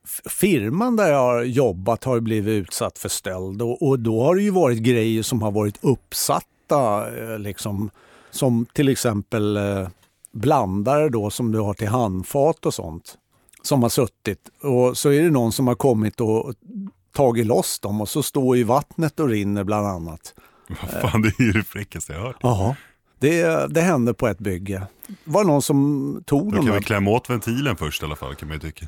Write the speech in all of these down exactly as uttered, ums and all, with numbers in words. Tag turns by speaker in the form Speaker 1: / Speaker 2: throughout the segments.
Speaker 1: firman där jag har jobbat har blivit utsatt för stöld. Och, och då har det ju varit grejer som har varit uppsatta. Liksom, som till exempel eh, blandare då som du har till handfat och sånt. Som har suttit. Och så är det någon som har kommit och tagit loss dem. Och så står i vattnet och rinner bland annat.
Speaker 2: Vad fan, det är ju det fräckaste jag har hört.
Speaker 1: Jaha. Det, det hände på ett bygge. Var det någon som tog
Speaker 2: Då
Speaker 1: dem?
Speaker 2: kan vi klämma åt ventilen först i alla fall, kan man ju tycka.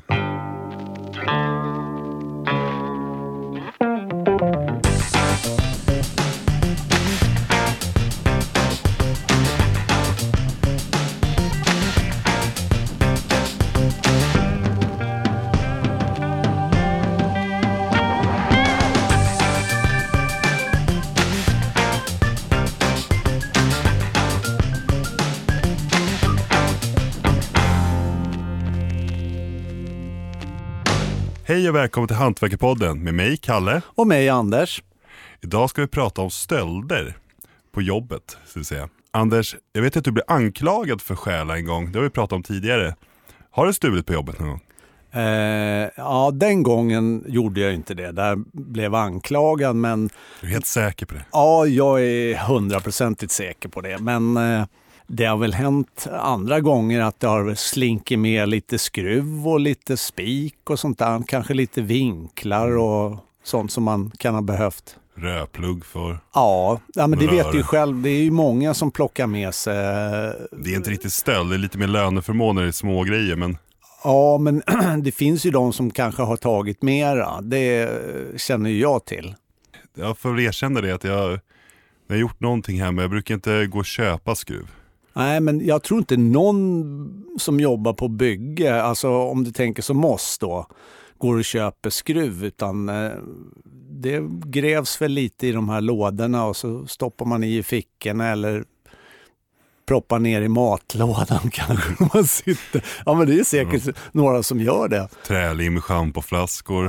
Speaker 2: Hej och välkommen till Hantverkarpodden med mig, Kalle.
Speaker 1: Och mig, Anders.
Speaker 2: Idag ska vi prata om stölder på jobbet, så att säga. Anders, jag vet att du blev anklagad för stjäla en gång. Det har vi pratat om tidigare. Har du stulit på jobbet någon gång?
Speaker 1: Eh, ja, den gången gjorde jag inte det. Där blev anklagad, men...
Speaker 2: Du är helt säker på det?
Speaker 1: Ja, jag är hundraprocentigt säker på det. Men eh, det har väl hänt andra gånger att det har slinkit med lite skruv och lite spik och sånt där. Kanske lite vinklar och sånt som man kan ha behövt.
Speaker 2: Rödplugg för...
Speaker 1: Ja, ja men det
Speaker 2: rör.
Speaker 1: vet du ju själv. Det är ju många som plockar med sig...
Speaker 2: Det är inte riktigt stöld, det är lite mer löneförmåner i små grejer, men...
Speaker 1: Ja, men det finns ju de som kanske har tagit mera. Det känner ju jag till.
Speaker 2: Jag får erkänna det att jag, jag har gjort någonting här, men jag brukar inte gå och köpa skruv.
Speaker 1: Nej, men jag tror inte någon som jobbar på bygge, alltså om du tänker som oss då, går och köper skruv, utan eh, det grävs väl lite i de här lådorna och så stoppar man i fickorna eller proppar ner i matlådan kanske man sitter. Ja, men det är säkert mm. några som gör det.
Speaker 2: Trälim, schampoflaskor.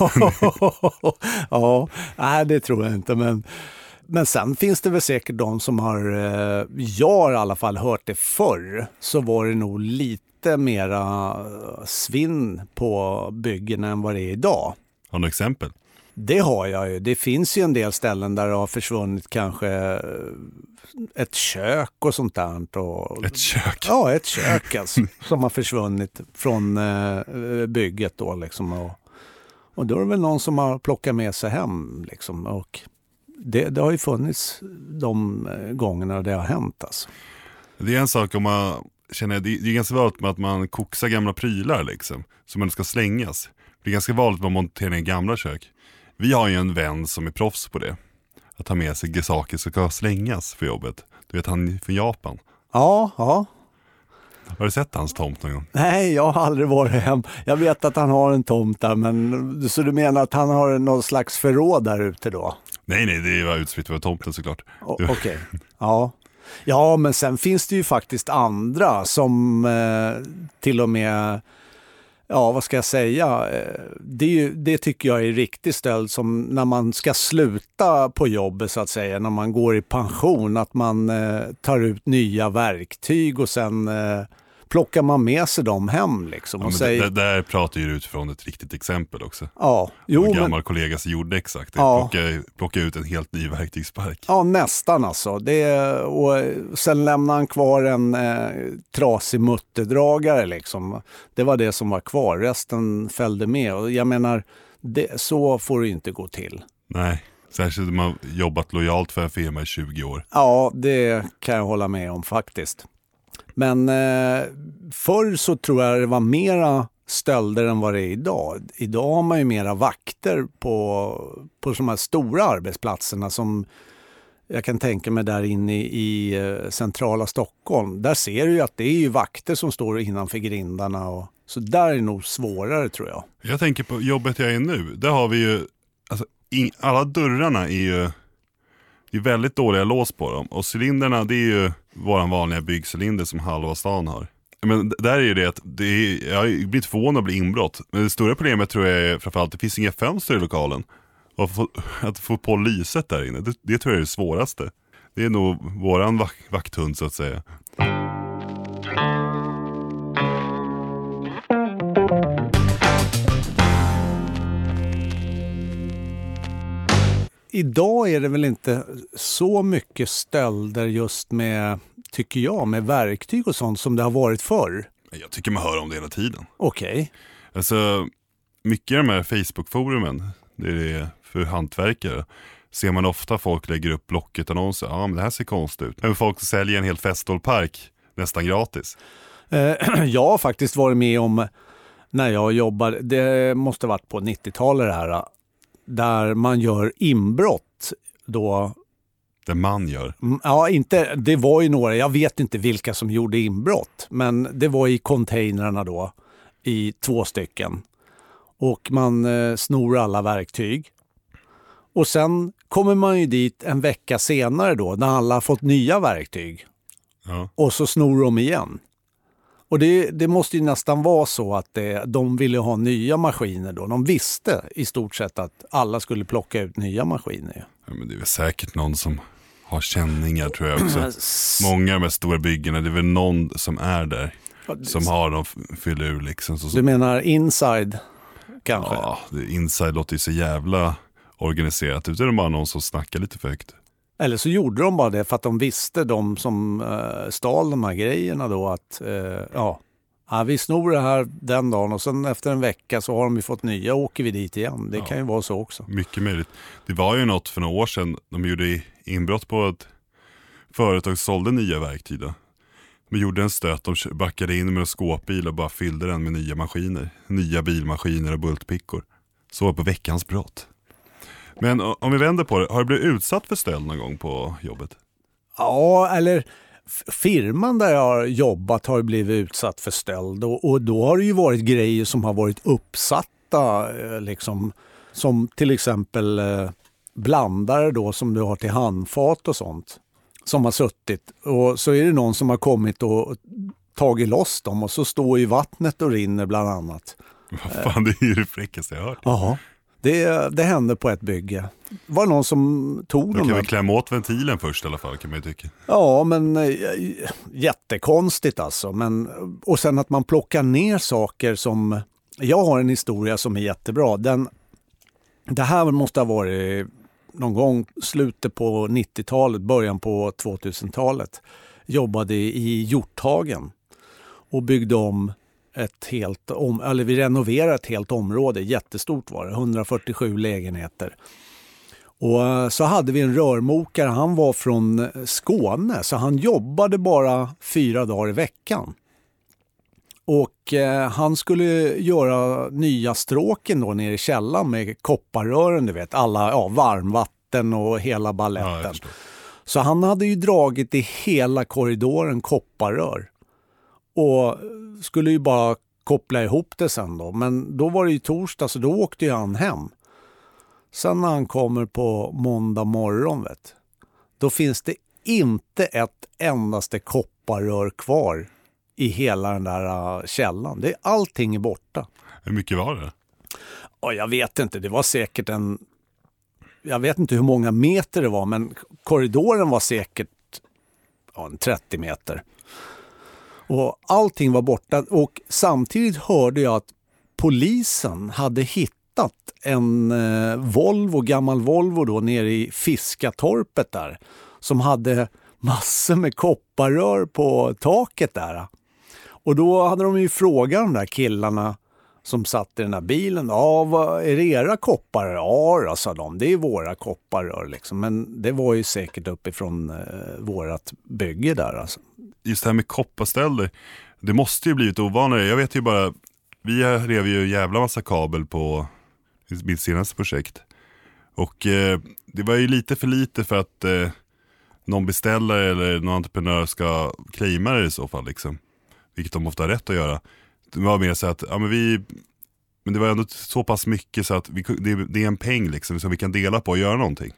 Speaker 1: Ja, nej det tror jag inte, men Men sen finns det väl säkert de som har, eh, jag har i alla fall hört det förr, så var det nog lite mera svinn på byggen än vad det är idag.
Speaker 2: Har du exempel?
Speaker 1: Det har jag ju. Det finns ju en del ställen där det har försvunnit kanske ett kök och sånt där. Och,
Speaker 2: ett kök?
Speaker 1: Ja, ett kök alltså, som har försvunnit från eh, bygget då liksom. Och, och då är det väl någon som har plockat med sig hem liksom, och Det, det har ju funnits de gångerna det har hänt alltså.
Speaker 2: Det är en sak om man känner, det är ganska vanligt med att man koksar gamla prylar liksom, som man ska slängas. Det är ganska vanligt att man monterar ner gamla kök. Vi har ju en vän som är proffs på det. Att ta med sig saker som ska slängas för jobbet. Du vet, han är från Japan.
Speaker 1: Ja, ja.
Speaker 2: Har du sett hans tomt någon gång?
Speaker 1: Nej, jag har aldrig varit hem. Jag vet att han har en tomt där, men så du menar att han har någon slags förråd där ute då?
Speaker 2: Nej, nej, det var utspritt över tomten såklart.
Speaker 1: Okej, okay. Ja. Ja, men sen finns det ju faktiskt andra som eh, till och med, ja vad ska jag säga, det, är ju, det tycker jag är riktigt stöld, som när man ska sluta på jobbet så att säga, när man går i pension, att man eh, tar ut nya verktyg och sen eh, plockar man med sig dem hem liksom.
Speaker 2: Ja,
Speaker 1: och
Speaker 2: men
Speaker 1: säger...
Speaker 2: det, där pratar ju utifrån ett riktigt exempel också.
Speaker 1: Ja, jo,
Speaker 2: en gammal
Speaker 1: men...
Speaker 2: kollega som gjorde exakt det.
Speaker 1: Ja.
Speaker 2: Plocka, plocka ut en helt ny verktygspark.
Speaker 1: Ja, nästan alltså. Det, och sen lämnade han kvar en eh, trasig mutterdragare liksom. Det var det som var kvar. Resten följde med. Och jag menar, det, så får det inte gå till.
Speaker 2: Nej, särskilt om man jobbat lojalt för en firma i tjugo år.
Speaker 1: Ja, det kan jag hålla med om faktiskt. Men eh, förr så tror jag det var mera stölder än vad det är idag. Idag har man ju mera vakter på, på de här stora arbetsplatserna som jag kan tänka mig där inne i, i centrala Stockholm. Där ser du ju att det är ju vakter som står innanför grindarna. Och, så där är det nog svårare tror jag.
Speaker 2: Jag tänker på jobbet jag är nu. Där har vi ju, alltså, in, alla dörrarna är ju det är väldigt dåliga lås på dem. Och cylinderna, det är ju våran vanliga byggcylinder som halva stan har. Men där är ju det att det är, jag har blivit förvånad att bli inbrott. Men det stora problemet tror jag är framförallt att det finns inga fönster i lokalen. Och att få, att få på lyset där inne, det, det tror jag är det svåraste. Det är nog våran vak- vakthund så att säga.
Speaker 1: idag är det väl inte så mycket stölder just med, tycker jag, med verktyg och sånt som det har varit förr.
Speaker 2: Jag tycker man hör om det hela tiden.
Speaker 1: Okej. Okay.
Speaker 2: Alltså, mycket av de här Facebook-forumen, det är det för hantverkare, ser man ofta folk lägger upp Blocket-annonser. Ja, men det här ser konstigt ut. Men folk säljer en hel festålpark nästan gratis.
Speaker 1: Eh, jag har faktiskt varit med om när jag jobbade, det måste ha varit på nittiotalet det här, där man gör inbrott då.
Speaker 2: Det man gör?
Speaker 1: Ja, inte, det var ju några, jag vet inte vilka som gjorde inbrott, men det var i containrarna då, i två stycken. Och man eh, snor alla verktyg. Och sen kommer man ju dit en vecka senare då, när alla har fått nya verktyg.
Speaker 2: Ja.
Speaker 1: Och så snor de igen. Och det, det måste ju nästan vara så att det, de ville ha nya maskiner då. De visste i stort sett att alla skulle plocka ut nya maskiner.
Speaker 2: Ja, men det är väl säkert någon som har känningar, tror jag också. Många med stora byggena, det är väl någon som är där. Som har dem fyller ur liksom. Så,
Speaker 1: du menar inside kanske?
Speaker 2: Ja, inside låter ju så jävla organiserat. Utan det är bara någon som snackar lite för högt.
Speaker 1: Eller så gjorde de bara det för att de visste, de som uh, stal de här grejerna då, att uh, ja, ja, vi snor det här den dagen och sen efter en vecka så har de ju fått nya och åker vi dit igen. Det ja, kan ju vara så också.
Speaker 2: Mycket möjligt. Det var ju något för några år sedan, de gjorde inbrott på ett företag som sålde nya verktyg då. De gjorde en stöt, de backade in med en skåpbil och bara fyllde den med nya maskiner. Nya bilmaskiner och bultpickor. Så var på veckans brott. Men om vi vänder på det, har du blivit utsatt för stöld någon gång på jobbet?
Speaker 1: Ja, eller firman där jag har jobbat har blivit utsatt för stöld. Och, och då har det ju varit grejer som har varit uppsatta, liksom, som till exempel eh, blandare då som du har till handfat och sånt. Som har suttit. Och så är det någon som har kommit och tagit loss dem och så står ju vattnet och rinner bland annat.
Speaker 2: Vad fan, det är ju det fräckaste jag har hört.
Speaker 1: Jaha. Det, det hände på ett bygge. Det var någon som tog
Speaker 2: Då
Speaker 1: dem.
Speaker 2: kan vi klämma åt ventilen först i alla fall, kan man ju tycka.
Speaker 1: Ja, men äh, jättekonstigt alltså. Men, och sen att man plockar ner saker som... Jag har en historia som är jättebra. Den, det här måste ha varit någon gång slutet på nittiotalet, början på tvåtusentalet. Jobbade i Hjorthagen och byggde om ett helt om, eller vi renoverade ett helt område, jättestort var det, hundrafyrtiosju lägenheter. Och så hade vi en rörmokare, han var från Skåne så han jobbade bara fyra dagar i veckan. Och eh, han skulle göra nya stråken då nere i källaren med kopparrören, du vet, alla, ja, varmvatten och hela balletten. Ja, så han hade ju dragit i hela korridoren kopparrör. Och skulle ju bara koppla ihop det sen då. Men då var det ju torsdag så då åkte ju han hem. Sen när han kommer på måndag morgon, vet, då finns det inte ett endaste kopparrör kvar i hela den där källan. Det, allting är borta.
Speaker 2: Hur mycket var det?
Speaker 1: Ja, jag vet inte. Det var säkert en... Jag vet inte hur många meter det var, men korridoren var säkert ja, en trettio meter. Och allting var borta och samtidigt hörde jag att polisen hade hittat en eh, Volvo, gammal Volvo då nere i Fiskatorpet där som hade massor med kopparrör på taket där. Och då hade de ju frågat de där killarna som satt i den här bilen. Ja, vad är det era kopparrör? Ja, sa de. Det är våra kopparrör liksom. Men det var ju säkert uppifrån eh, vårat bygge där alltså.
Speaker 2: Just det här med kopparstölder, det måste ju blivit ovanligare. Jag vet ju bara, vi rev ju jävla massa kabel på mitt senaste projekt. Och eh, det var ju lite för lite för att eh, någon beställare eller någon entreprenör ska claima det i så fall liksom. Vilket de ofta har rätt att göra. Det var mer så att, ja men vi, men det var ändå så pass mycket så att vi, det, det är en peng liksom som vi kan dela på och göra någonting.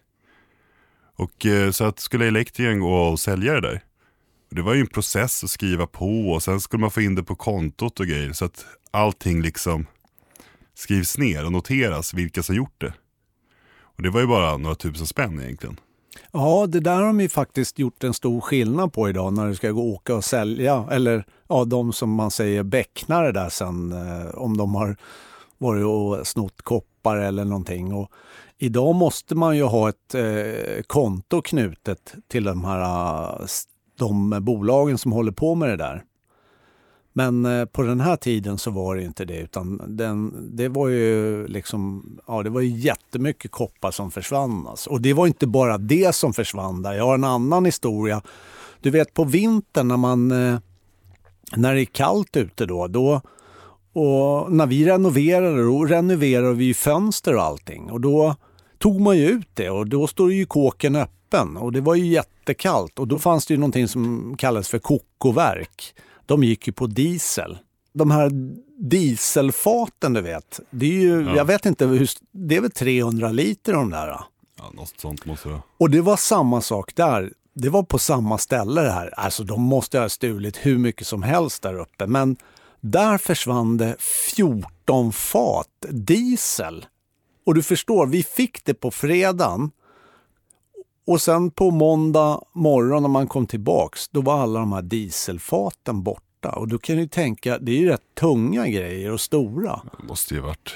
Speaker 2: Och eh, så att skulle elektrikern gå och sälja det där. Det var ju en process att skriva på och sen skulle man få in det på kontot och grejer så att allting liksom skrivs ner och noteras vilka som gjort det. Och det var ju bara några tusen spänn egentligen.
Speaker 1: Ja, det där har de ju faktiskt gjort en stor skillnad på idag när du ska gå och åka och sälja. Eller ja, de som man säger bäcknare där sen, eh, om de har varit och snott koppar eller någonting. Och idag måste man ju ha ett eh, konto knutet till de här de bolagen som håller på med det där. Men eh, på den här tiden så var det inte det, utan den, det var ju liksom, ja, det var ju jättemycket koppar som försvann. Alltså. Och det var inte bara det som försvann där. Jag har en annan historia. Du vet, på vintern när man eh, när det är kallt ute då, då och när vi renoverade, då renoverade vi fönster och allting. Och då tog man ju ut det och då står ju kåken öppen. Och det var ju jättekallt. Och då fanns det ju någonting som kallas för kokoverk. De gick ju på diesel. De här dieselfaten, du vet. Det är ju, ja. jag vet inte, hur, det är väl trehundra liter de där.
Speaker 2: Ja, något sånt måste det.
Speaker 1: Och det var samma sak där. Det var på samma ställe det här. Alltså de måste ha stulit hur mycket som helst där uppe. Men där försvann det fjorton fat diesel. Och du förstår, vi fick det på fredagen. Och sen på måndag morgon när man kom tillbaks, då var alla de här dieselfaten borta. Och då kan du tänka, det är ju rätt tunga grejer och stora.
Speaker 2: Det måste ju varit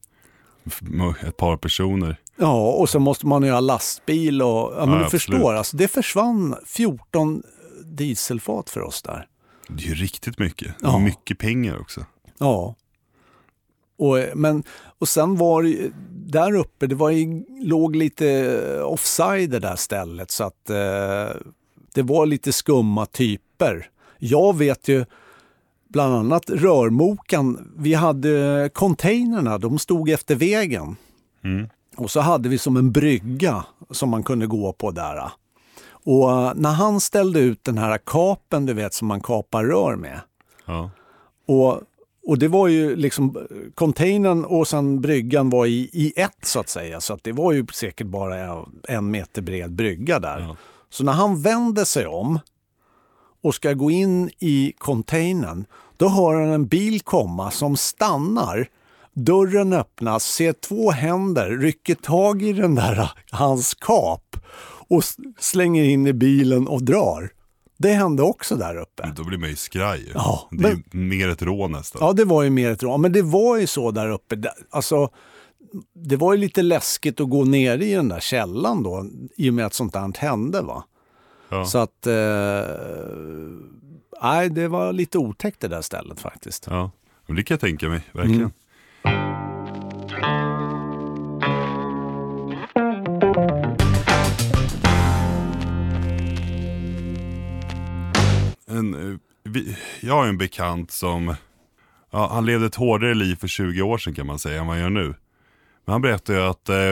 Speaker 2: ett par personer.
Speaker 1: Ja, och så måste man ju ha lastbil och, ja men ja, du förstår, alltså det försvann fjorton dieselfat för oss där.
Speaker 2: Det är ju riktigt mycket.
Speaker 1: Ja.
Speaker 2: Mycket pengar också.
Speaker 1: Ja. Och, men, och sen var det där uppe, det var ju, låg lite offside det där stället så att eh, det var lite skumma typer. Jag vet ju bland annat rörmokan, vi hade containerna, de stod efter vägen.
Speaker 2: Mm.
Speaker 1: Och så hade vi som en brygga som man kunde gå på där. Och när han ställde ut den här kapen, du vet, som man kapar rör med.
Speaker 2: Ja.
Speaker 1: Och, och det var ju liksom, containern och sen bryggan var i, i ett så att säga. Så att det var ju säkert bara en meter bred brygga där.
Speaker 2: Ja.
Speaker 1: Så när han vände sig om och ska gå in i containern, då hör han en bil komma som stannar. Dörren öppnas, ser två händer, rycker tag i den där, hans kap och slänger in i bilen och drar. Det hände också där uppe.
Speaker 2: Men då blir man ju skraj.
Speaker 1: Ja,
Speaker 2: det är
Speaker 1: men,
Speaker 2: ju mer ett rån nästan.
Speaker 1: Ja, det var ju mer ett rån. Men det var ju så där uppe. Alltså, det var ju lite läskigt att gå ner i den där källan då, i och med att sånt där hände, va?
Speaker 2: Ja.
Speaker 1: Så att, eh, nej, det var lite otäckt det där stället faktiskt.
Speaker 2: Ja, men det kan jag tänka mig, verkligen. Mm. En, vi, jag har en bekant som, ja, han levde ett hårdare liv för tjugo år sedan kan man säga än vad han gör nu. Men han berättade ju att eh,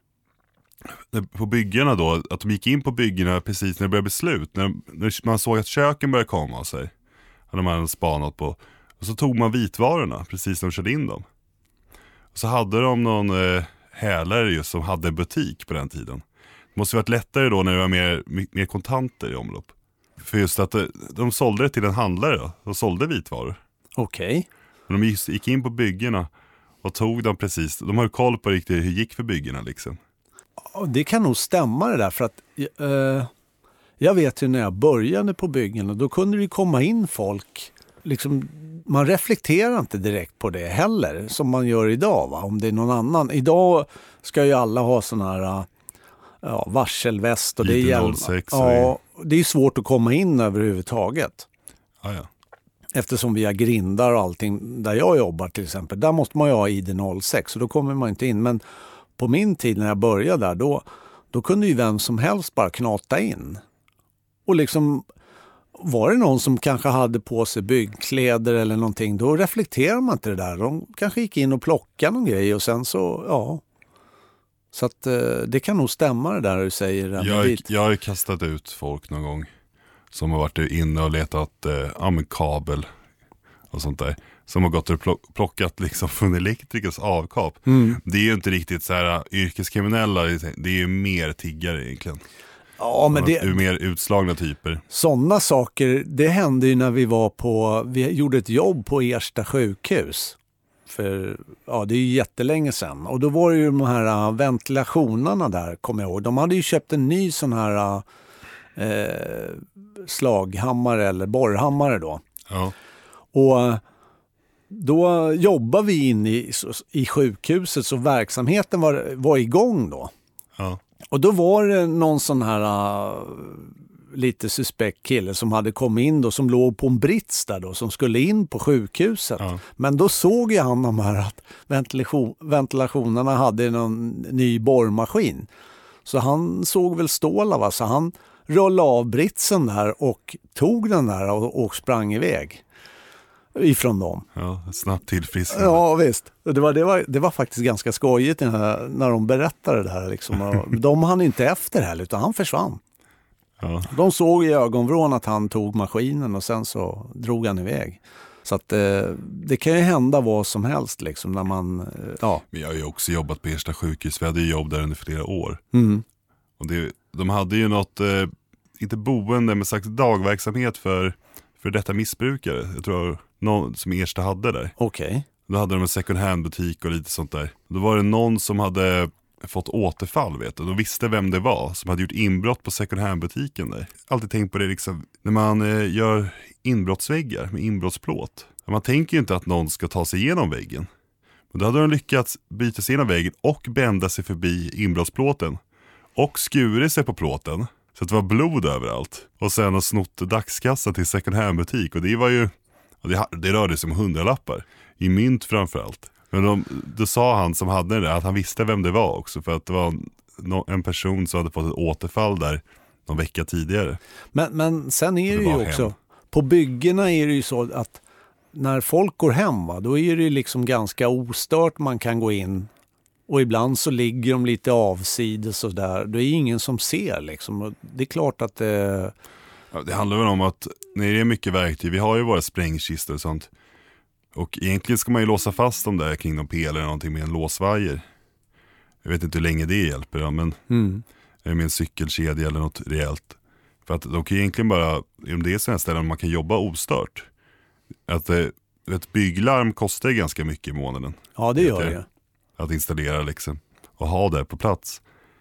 Speaker 2: på byggena då, att de gick in på byggena precis när det började bli slut. När, när man såg att köken började komma av sig. Hade man spanat på. Och så tog man vitvarorna precis när de körde in dem. Och så hade de någon eh, hälare just som hade butik på den tiden. Det måste varit lättare då när det var mer, mer kontanter i omlopp. För just att de, de sålde det till en handlare då. De sålde vitvaror.
Speaker 1: Okej. Okay.
Speaker 2: Men de gick, gick in på byggena och tog dem precis. De har ju koll på riktigt hur det gick för byggena liksom.
Speaker 1: Det kan nog stämma det där för att eh, jag vet ju när jag började på byggena, då kunde det komma in folk liksom, man reflekterar inte direkt på det heller som man gör idag, va? Om det är någon annan. Idag ska ju alla ha sån här ja, varselväst och det är
Speaker 2: noll sex,
Speaker 1: ja, det är svårt att komma in överhuvudtaget.
Speaker 2: Ah, ja.
Speaker 1: Eftersom vi har grindar och allting där jag jobbar till exempel, där måste man ju ha I D noll sex så då kommer man inte in. Men på min tid när jag började där, då, då kunde ju vem som helst bara knata in. Och liksom, var det någon som kanske hade på sig byggkläder eller någonting, då reflekterar man inte det där. De kanske gick in och plockade någon grej och sen så, ja. Så att det kan nog stämma det där du säger.
Speaker 2: Jag, jag har ju kastat ut folk någon gång som har varit inne och letat eh, ja, med kabel och sånt där. Som har gått och plockat liksom från elektrikers avkap.
Speaker 1: Mm.
Speaker 2: Det är ju inte riktigt så här yrkeskriminella, det är ju mer tiggare egentligen.
Speaker 1: Ja, men det
Speaker 2: är mer utslagna typer.
Speaker 1: Sådana saker, det hände ju när vi var på, vi gjorde ett jobb på Ersta sjukhus. För, ja, det är ju jättelänge sedan. Och då var det ju de här ventilationerna där, kommer jag ihåg. De hade ju köpt en ny sån här eh, slaghammare eller borrhammare då.
Speaker 2: Ja.
Speaker 1: Och Då jobbade vi in i, i sjukhuset så verksamheten var, var igång då.
Speaker 2: Ja.
Speaker 1: Och då var det någon sån här uh, lite suspekt kille som hade kommit in då, som låg på en brits där då, som skulle in på sjukhuset. Ja. Men då såg jag han de här att ventilation, ventilationerna hade någon ny borrmaskin. Så han såg väl stålar, va? Så han rullade av britsen där och tog den där och, och sprang iväg ifrån dem.
Speaker 2: Ja, snabbt tillfrisknande.
Speaker 1: Ja, visst. Det var, det, var, det var faktiskt ganska skojigt när, när de berättade det här. Liksom. De hann inte efter det här, utan han försvann. Ja. De såg i ögonvrån att han tog maskinen och sen så drog han iväg. Så att eh, det kan ju hända vad som helst liksom när man, eh, ja.
Speaker 2: Men jag har ju också jobbat på Ersta sjukhus, vi hade ju jobb där under flera år.
Speaker 1: Mm.
Speaker 2: Och det, de hade ju något, eh, inte boende, men sagt dagverksamhet för, för detta missbrukare. Jag tror någon som Ersta hade där.
Speaker 1: Okej. Okay.
Speaker 2: Då hade de en second hand butik och lite sånt där. Då var det någon som hade fått återfall, vet du. De visste vem det var som hade gjort inbrott på second hand butiken där. Alltid tänkt på det liksom, när man eh, gör inbrottsväggar med inbrottsplåt. Man tänker ju inte att någon ska ta sig igenom väggen. Men då hade de lyckats byta sig igenom väggen och bända sig förbi inbrottsplåten. Och skurit sig på plåten så att det var blod överallt. Och sen har snott dagskassa till second hand butik. Och det var ju, det, det rörde sig om hundralappar. I mynt framförallt. Men de, då sa han som hade det att han visste vem det var också. För att det var en, en person som hade fått ett återfall där någon vecka tidigare.
Speaker 1: Men, men sen är det,
Speaker 2: det
Speaker 1: ju också,
Speaker 2: hem.
Speaker 1: På byggena är det ju så att när folk går hem, va, då är det ju liksom ganska ostört man kan gå in. Och ibland så ligger de lite avsides och där. Det är ingen som ser liksom. Och det är klart att det...
Speaker 2: Ja, det handlar väl om att när det är mycket verktyg, vi har ju våra sprängkistor och sånt. Och egentligen ska man ju låsa fast dem där kring någon pelare eller någonting med en låsvajer. Jag vet inte hur länge det hjälper, ja, men
Speaker 1: mm.
Speaker 2: med en cykelkedja eller något rejält. För att de kan ju egentligen bara, om det är sådana ställen man kan jobba ostört. Att ett bygglarm kostar ganska mycket i månaden.
Speaker 1: Ja, det gör det.
Speaker 2: Att installera liksom och ha det på plats.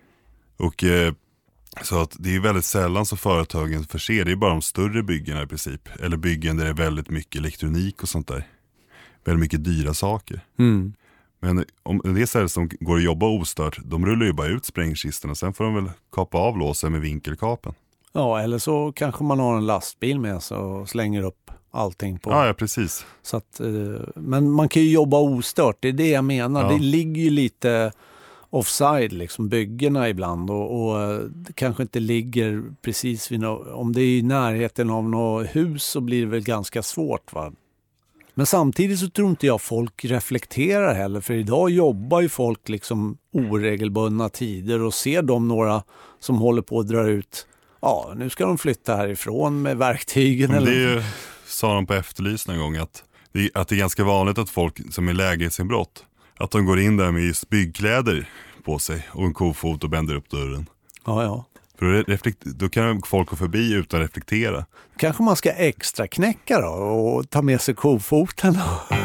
Speaker 2: Och eh, så att det är väldigt sällan så företagen förser, det är bara de större byggena i princip. Eller byggen där det är väldigt mycket elektronik och sånt där. Väldigt mycket dyra saker.
Speaker 1: Mm.
Speaker 2: Men om det är så här som går att jobba ostört, de rullar ju bara ut sprängkistorna och sen får de väl kapa av låsen med vinkelkapen.
Speaker 1: Ja, eller så kanske man har en lastbil med sig och slänger upp allting på.
Speaker 2: Ja, ja precis.
Speaker 1: Så att, men man kan ju jobba ostört, det är det jag menar. Ja. Det ligger ju lite offside, liksom, byggena ibland. Och, och det kanske inte ligger precis vid no- om det är i närheten av något hus så blir det väl ganska svårt, va? Men samtidigt så tror inte jag folk reflekterar heller. För idag jobbar ju folk liksom oregelbundna tider och ser de några som håller på att dra ut. Ja, nu ska de flytta härifrån med verktygen.
Speaker 2: Men
Speaker 1: eller...
Speaker 2: det är ju, sa de på Efterlys någon gång, att det, att det är ganska vanligt att folk som är lägenhetsinbrott, att de går in där med just byggkläder på sig och en kofot och bänder upp dörren.
Speaker 1: Ja, ja.
Speaker 2: För då, reflekt, då kan folk gå förbi utan att reflektera.
Speaker 1: Kanske man ska extra knäcka då och ta med sig kofoten.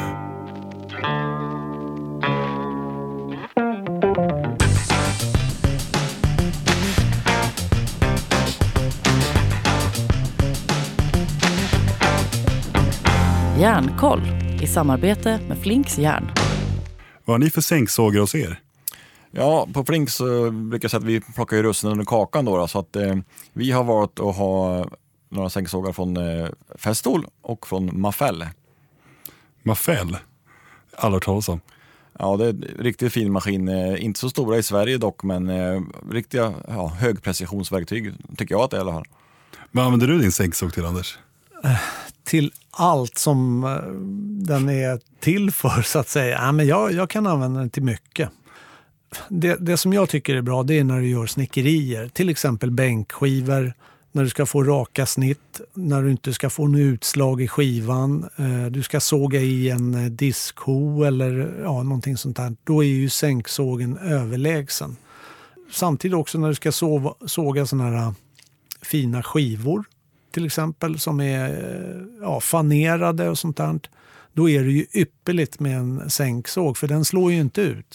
Speaker 3: Järnkoll i samarbete med Flinks järn.
Speaker 2: Vad har ni för sänksågar hos er?
Speaker 4: Ja, på Flinks så brukar jag säga att vi plockar ju russinen under kakan då, då så att eh, vi har valt att ha några sänksågar från eh, Festool och från Mafell.
Speaker 2: Mafell? Alla har talat om.
Speaker 4: Ja, det är en riktigt fin maskin. Eh, inte så stora i Sverige dock, men eh, riktiga ja, högprecisionsverktyg tycker jag att det är i alla fall.
Speaker 2: Vad använder du din sänksåg till, Anders?
Speaker 1: Till allt som den är till för, så att säga. Ja, men jag, jag kan använda den till mycket. Det, det som jag tycker är bra, det är när du gör snickerier. Till exempel bänkskivor, när du ska få raka snitt, när du inte ska få en utslag i skivan. Du ska såga i en diskho eller ja, någonting sånt där. Då är ju sänksågen överlägsen. Samtidigt också när du ska sova, såga såna här fina skivor, till exempel, som är ja, fanerade och sånt där. Då är det ju ypperligt med en sänksåg, för den slår ju inte ut.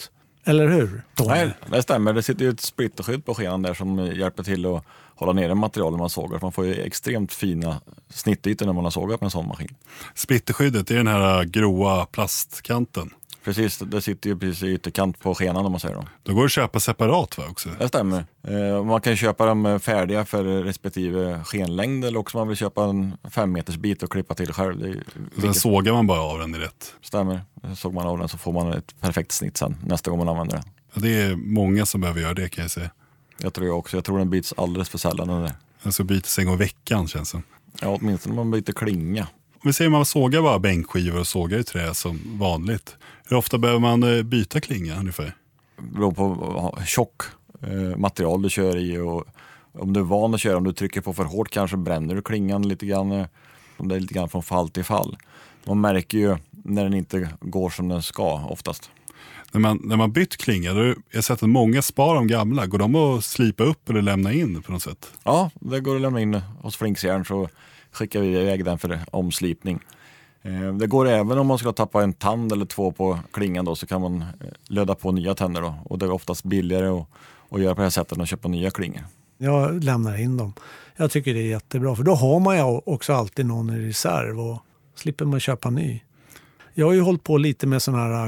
Speaker 1: Eller hur, Tony?
Speaker 4: Nej, det stämmer. Det sitter ju ett splitterskydd på skenan där som hjälper till att hålla nere materialet man sågar. Man får ju extremt fina snittytor när man har sågat med en sån maskin.
Speaker 2: Splitterskyddet är den här gråa plastkanten.
Speaker 4: Precis, det sitter ju precis i ytterkant på skenan om man säger då.
Speaker 2: Då går det att köpa separat va också?
Speaker 4: Det stämmer. Eh, man kan köpa dem färdiga för respektive skenlängd eller också man vill köpa en fem meters bit och klippa till själv. Det är,
Speaker 2: Sen
Speaker 4: vilket...
Speaker 2: sågar man bara av den i rätt.
Speaker 4: Stämmer. Såg man av den så får man ett perfekt snitt sen nästa gång man använder den.
Speaker 2: Ja, det är många som behöver göra det kan jag säga.
Speaker 4: Jag tror jag också. Jag tror den byts alldeles för sällan. Den där.
Speaker 2: Alltså byter en gång i veckan känns det.
Speaker 4: Ja, åtminstone om man byter klinga.
Speaker 2: Om vi säger att man sågar bara bänkskivor och sågar i trä som vanligt. Hur ofta behöver man byta klinga ungefär?
Speaker 4: Det beror på tjock eh, material du kör i och om du är van att köra, om du trycker på för hårt kanske bränner du klingan lite grann. Eh, om det är lite grann från fall till fall. Man märker ju när den inte går som den ska oftast.
Speaker 2: När man, när man bytt klinga, då har jag sett att många sparar de gamla. Går de att slipa upp eller lämna in på något sätt?
Speaker 4: Ja, det går att lämna in hos Flinksjärn så skickar vi iväg den för omslipning. Det går även om man ska tappa en tand eller två på klingan då, så kan man löda på nya tänder då. Och det är oftast billigare att, att göra på det här sättet än att köpa nya klingor.
Speaker 1: Jag lämnar in dem. Jag tycker det är jättebra för då har man ju också alltid någon i reserv och slipper man köpa ny. Jag har ju hållit på lite med sån här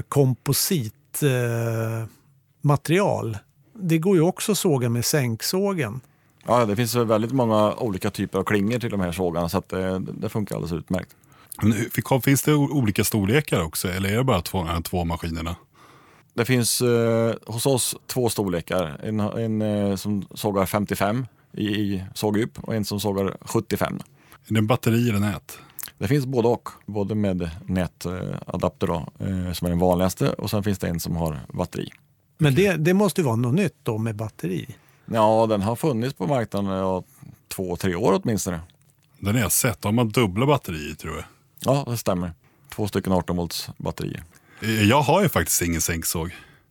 Speaker 1: kompositmaterial. Eh, det går ju också att såga med sänksågen.
Speaker 4: Ja, det finns väldigt många olika typer av klingor till de här sågarna så att det, det funkar alldeles utmärkt.
Speaker 2: Men finns det olika storlekar också eller är det bara två, äh, två maskinerna?
Speaker 4: Det finns eh, hos oss två storlekar. En, en eh, som sågar femtiofem i, i sågdjup och en som sågar sjuttiofem.
Speaker 2: Är det en batteri eller nät?
Speaker 4: Det finns både och. Både med nätadapter då, eh, som är den vanligaste och sen finns det en som har batteri.
Speaker 1: Men det, det måste ju vara något nytt då med batteri.
Speaker 4: Ja, den har funnits på marknaden ja, två, tre år åtminstone.
Speaker 2: Den har jag sett. Har man dubbla batterier tror jag.
Speaker 4: Ja, det stämmer. Två stycken arton volts batterier.
Speaker 2: Jag har ju faktiskt ingen sänksåg.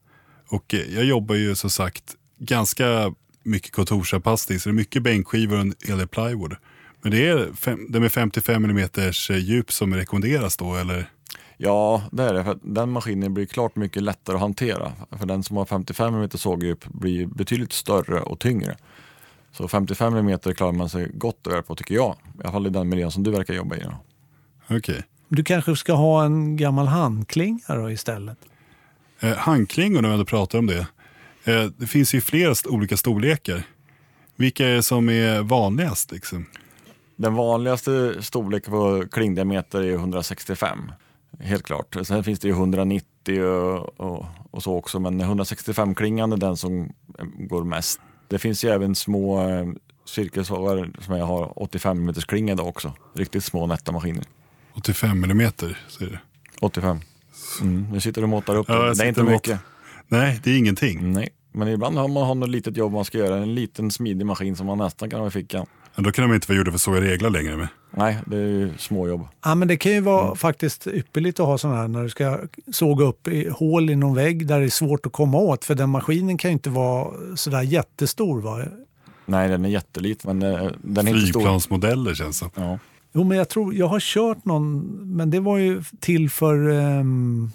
Speaker 2: Och jag jobbar ju som sagt ganska mycket kontorsanpassning. Så det är mycket bänkskivor och en hel del plywood. Men det är fem, det med femtiofem millimeter djup som rekommenderas då eller?
Speaker 4: Ja, det är det. För den maskinen blir klart mycket lättare att hantera. För den som har femtiofem millimeter sågdjup blir betydligt större och tyngre. Så femtiofem millimeter klarar man sig gott över på tycker jag. I alla fall i den miljön som du verkar jobba i.
Speaker 2: Okej. Okay.
Speaker 1: Du kanske ska ha en gammal handklinga då istället?
Speaker 2: Eh, handklingor när vi hade pratat om det. Eh, det finns ju flera st- olika storlekar. Vilka är det som är vanligast liksom?
Speaker 4: Den vanligaste storleken på klingdiameter är hundrasextiofem. Helt klart. Sen finns det ju hundranittio och, och, och så också. Men hundrasextiofem-klingan är den som går mest. Det finns ju även små eh, cirkelsågar som jag har åttiofem millimeter klingade också. Riktigt små nätta maskiner.
Speaker 2: åttiofem millimeter säger du?
Speaker 4: åttiofem. Mm, nu sitter du och måttar upp.
Speaker 2: Ja,
Speaker 4: det är inte mycket.
Speaker 2: Nej, det är ingenting.
Speaker 4: Nej, men ibland har man har något litet jobb man ska göra. En liten smidig maskin som man nästan kan ha i fickan.
Speaker 2: Men då kan de inte vara gjorda för såga reglar längre med.
Speaker 4: Nej, det är ju små jobb.
Speaker 1: Ja, men det kan ju vara mm. faktiskt ypperligt att ha sådana här när du ska såga upp i hål i någon vägg där det är svårt att komma åt. För den maskinen kan ju inte vara sådär jättestor va?
Speaker 4: Nej, den är jätteliten men den är inte stor.
Speaker 2: Flygplansmodeller känns det.
Speaker 4: Ja.
Speaker 1: Jo, men jag tror, jag har kört någon, men det var ju till för um,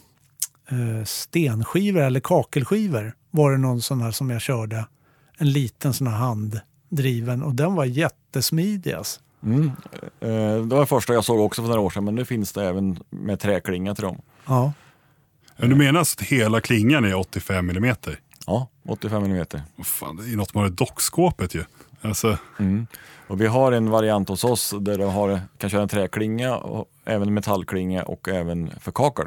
Speaker 1: uh, stenskivor eller kakelskivor. Var det någon sån här som jag körde. En liten sån här handdriven och den var jättesmidig alltså.
Speaker 4: Mm. Det var det första jag såg också för några år sedan men nu finns det även med träklinga till dem.
Speaker 1: Ja.
Speaker 2: Men du menar att hela klingan är åttiofem millimeter?
Speaker 4: Ja, åttiofem millimeter.
Speaker 2: Oh, fan, det är något med det dockskåpet ju. Alltså.
Speaker 4: Mm. Och vi har en variant hos oss där du har, kan köra en träklinga, och även metallklinga och även för kakel.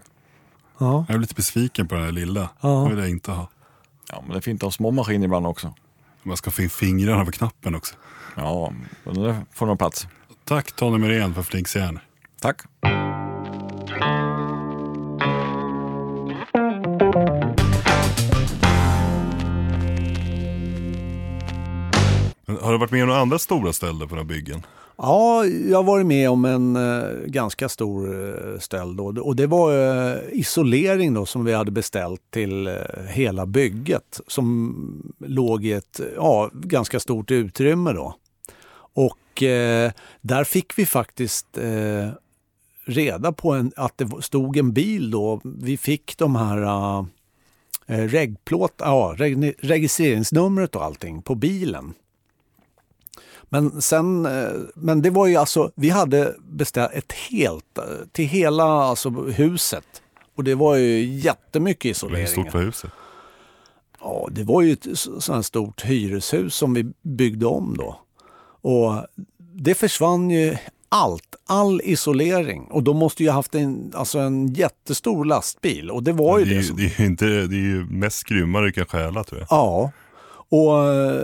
Speaker 1: Ja.
Speaker 2: Jag är lite besviken på den här lilla.
Speaker 1: Ja.
Speaker 2: Det vill jag inte ha.
Speaker 4: Ja, men det är fint att ha små maskiner ibland också.
Speaker 2: Man ska få in fingrarna på knappen också.
Speaker 4: Ja, men det får nog plats.
Speaker 2: Tack Tony Myrén för Flinksjärn.
Speaker 4: Tack.
Speaker 2: Har du varit med om några andra stora ställen på den här byggen?
Speaker 1: Ja, jag har varit med om en eh, ganska stor eh, ställ då. Och det var eh, isolering då som vi hade beställt till eh, hela bygget som låg i ett ja, ganska stort utrymme då. Och eh, där fick vi faktiskt eh, reda på en, att det stod en bil då. Vi fick de här eh, regplåt, ja, reg, registreringsnumret och allting på bilen. Men sen, eh, men det var ju alltså, vi hade beställt ett helt, eh, till hela alltså, huset. Och det var ju jättemycket isolering.
Speaker 2: Hur stort var huset?
Speaker 1: Ja, det var ju ett sådant stort hyreshus som vi byggde om då. Och det försvann ju allt, all isolering. Och då måste ju ha haft en, alltså en jättestor lastbil. Och det var ju
Speaker 2: det. Är,
Speaker 1: det som...
Speaker 2: det, är ju inte, det är ju mest skrymmar du kan stjäla, tror jag.
Speaker 1: Ja, och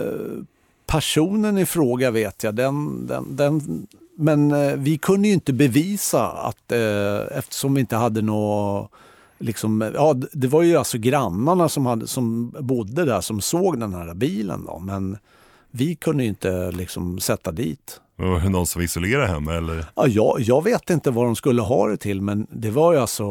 Speaker 1: personen i fråga vet jag, den, den, den, men vi kunde ju inte bevisa att eh, eftersom vi inte hade något... Liksom, ja, det var ju alltså grannarna som, hade, som bodde där som såg den här bilen då, men vi kunde ju inte liksom sätta dit.
Speaker 2: Var det någon som isolerade hemma eller?
Speaker 1: Ja, jag, jag vet inte vad de skulle ha det till, men det var ju alltså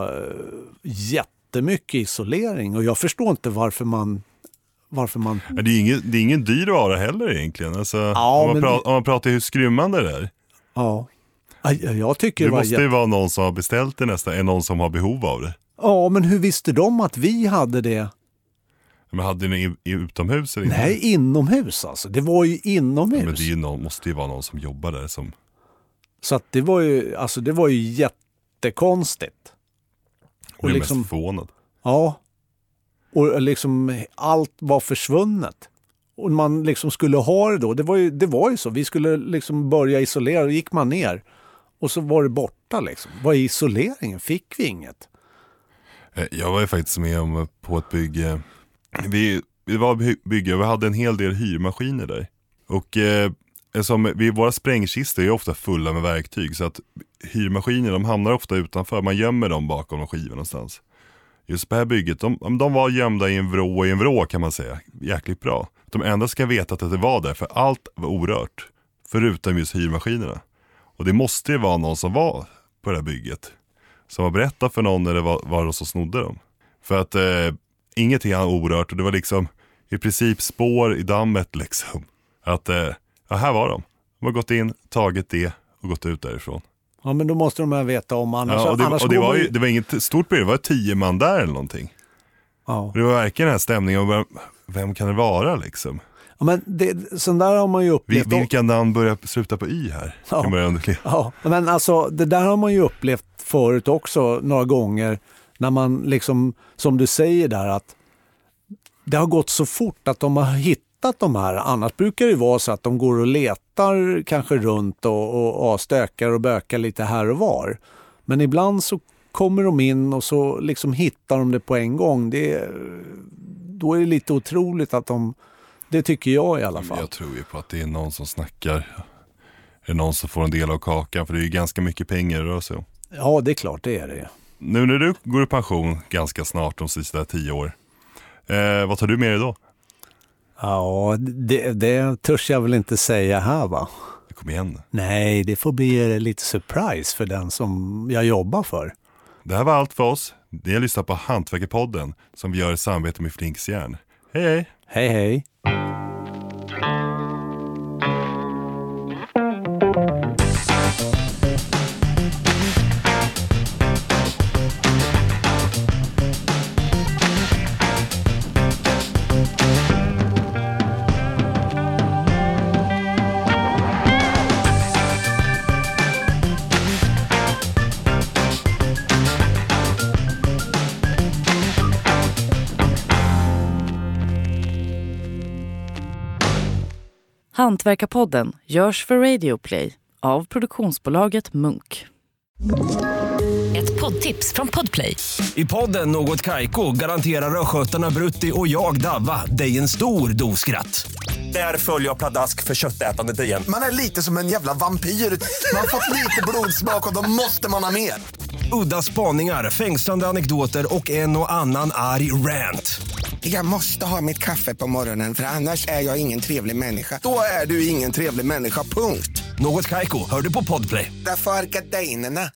Speaker 1: jättemycket isolering och jag förstår inte varför man varför man...
Speaker 2: Ja, det är ingen, det är ingen dyr vara heller egentligen. Alltså,
Speaker 1: ja,
Speaker 2: om, man
Speaker 1: men...
Speaker 2: pratar, om man pratar hur skrymmande det är.
Speaker 1: Ja, jag tycker
Speaker 2: det,
Speaker 1: det var
Speaker 2: måste
Speaker 1: jätt...
Speaker 2: ju vara någon som har beställt det nästan, är någon som har behov av det.
Speaker 1: Ja, men hur visste de att vi hade det?
Speaker 2: Men hade ni i, i utomhus eller
Speaker 1: Nej, inomhus alltså. Det var ju inomhus.
Speaker 2: Ja, men det är ju någon, måste ju vara någon som jobbar där som...
Speaker 1: Så att det var ju, alltså det var ju jättekonstigt.
Speaker 2: Och jag är liksom... mest förvånad.
Speaker 1: Ja. Och liksom allt var försvunnet. Och man liksom skulle ha det då. Det var ju, det var ju så. Vi skulle liksom börja isolera och gick man ner. Och så var det borta liksom. Vad är isoleringen? Fick vi inget?
Speaker 2: Jag var ju faktiskt med om på ett bygge. Vi, vi var bygge och vi hade en hel del hyrmaskiner där. Och eh, som vi, våra sprängkistor är ofta fulla med verktyg. Så att hyrmaskiner, de hamnar ofta utanför. Man gömmer dem bakom de skivor någonstans. Just på det här bygget, de, de var gömda i en vrå i en vrå kan man säga. Jäkligt bra. De enda ska veta att det var där, för allt var orört. Förutom just hyrmaskinerna. Och det måste ju vara någon som var på det här bygget. Som har berättat för någon när det var, var det som snodde dem. För att eh, ingenting var orört och det var liksom i princip spår i dammet liksom. Att eh, ja, här var de. De har gått in, tagit det och gått ut därifrån.
Speaker 1: Ja, men då måste de här veta om annars.
Speaker 2: Ja, och det,
Speaker 1: annars
Speaker 2: och det, var,
Speaker 1: vi...
Speaker 2: ju, det var inget stort bygge, det var tio man där eller någonting.
Speaker 1: Ja.
Speaker 2: Det var verkligen den här stämningen. Vem, vem kan det vara liksom?
Speaker 1: Ja, men det, sån där har man ju upplevt.
Speaker 2: Vi, vilka namn börjar sluta på y här?
Speaker 1: Ja.
Speaker 2: Kan börja
Speaker 1: ja, men alltså det där har man ju upplevt förut också några gånger. När man liksom, som du säger där, att det har gått så fort att de har hittat de här. Annars brukar det vara så att de går och letar kanske runt och, och, och stökar och bökar lite här och var. Men ibland så kommer de in och så liksom hittar de det på en gång. Det, då är det lite otroligt att de... Det tycker jag i alla fall.
Speaker 2: Jag tror ju på att det är någon som snackar. Är det någon som får en del av kakan? För det är ju ganska mycket pengar det rör sig om.
Speaker 1: Ja, det är klart, det är det.
Speaker 2: Nu när du går i pension ganska snart, de sista tio år. Eh, vad tar du med dig då?
Speaker 1: Ja, det, det törs jag väl inte säga här, va?
Speaker 2: Kom igen.
Speaker 1: Nej, det får bli lite surprise för den som jag jobbar för.
Speaker 2: Det här var allt för oss. Ni har lyssnat på Hantverkarpodden som vi gör i samarbete med Flinks Järn. Hej hej!
Speaker 1: Hej hej!
Speaker 3: Hantverkarpodden görs för Radio Play av produktionsbolaget Munk.
Speaker 5: Ett poddtips från Podplay.
Speaker 6: I podden Något Kaiko garanterar öskötarna Brutti och jag Davva dig en stor dos skratt. Där följer jag pladask för köttätandet igen.
Speaker 7: Man är lite som en jävla vampyr. Man har fått lite blodsmak och då måste man ha mer.
Speaker 6: Udda spaningar, fängslande anekdoter och en och annan arg rant.
Speaker 7: Jag måste ha mitt kaffe på morgonen för annars är jag ingen trevlig människa. Då är du ingen trevlig människa, punkt.
Speaker 6: Något Kaiko, hör du på Podplay.
Speaker 7: Därför är gardinerna.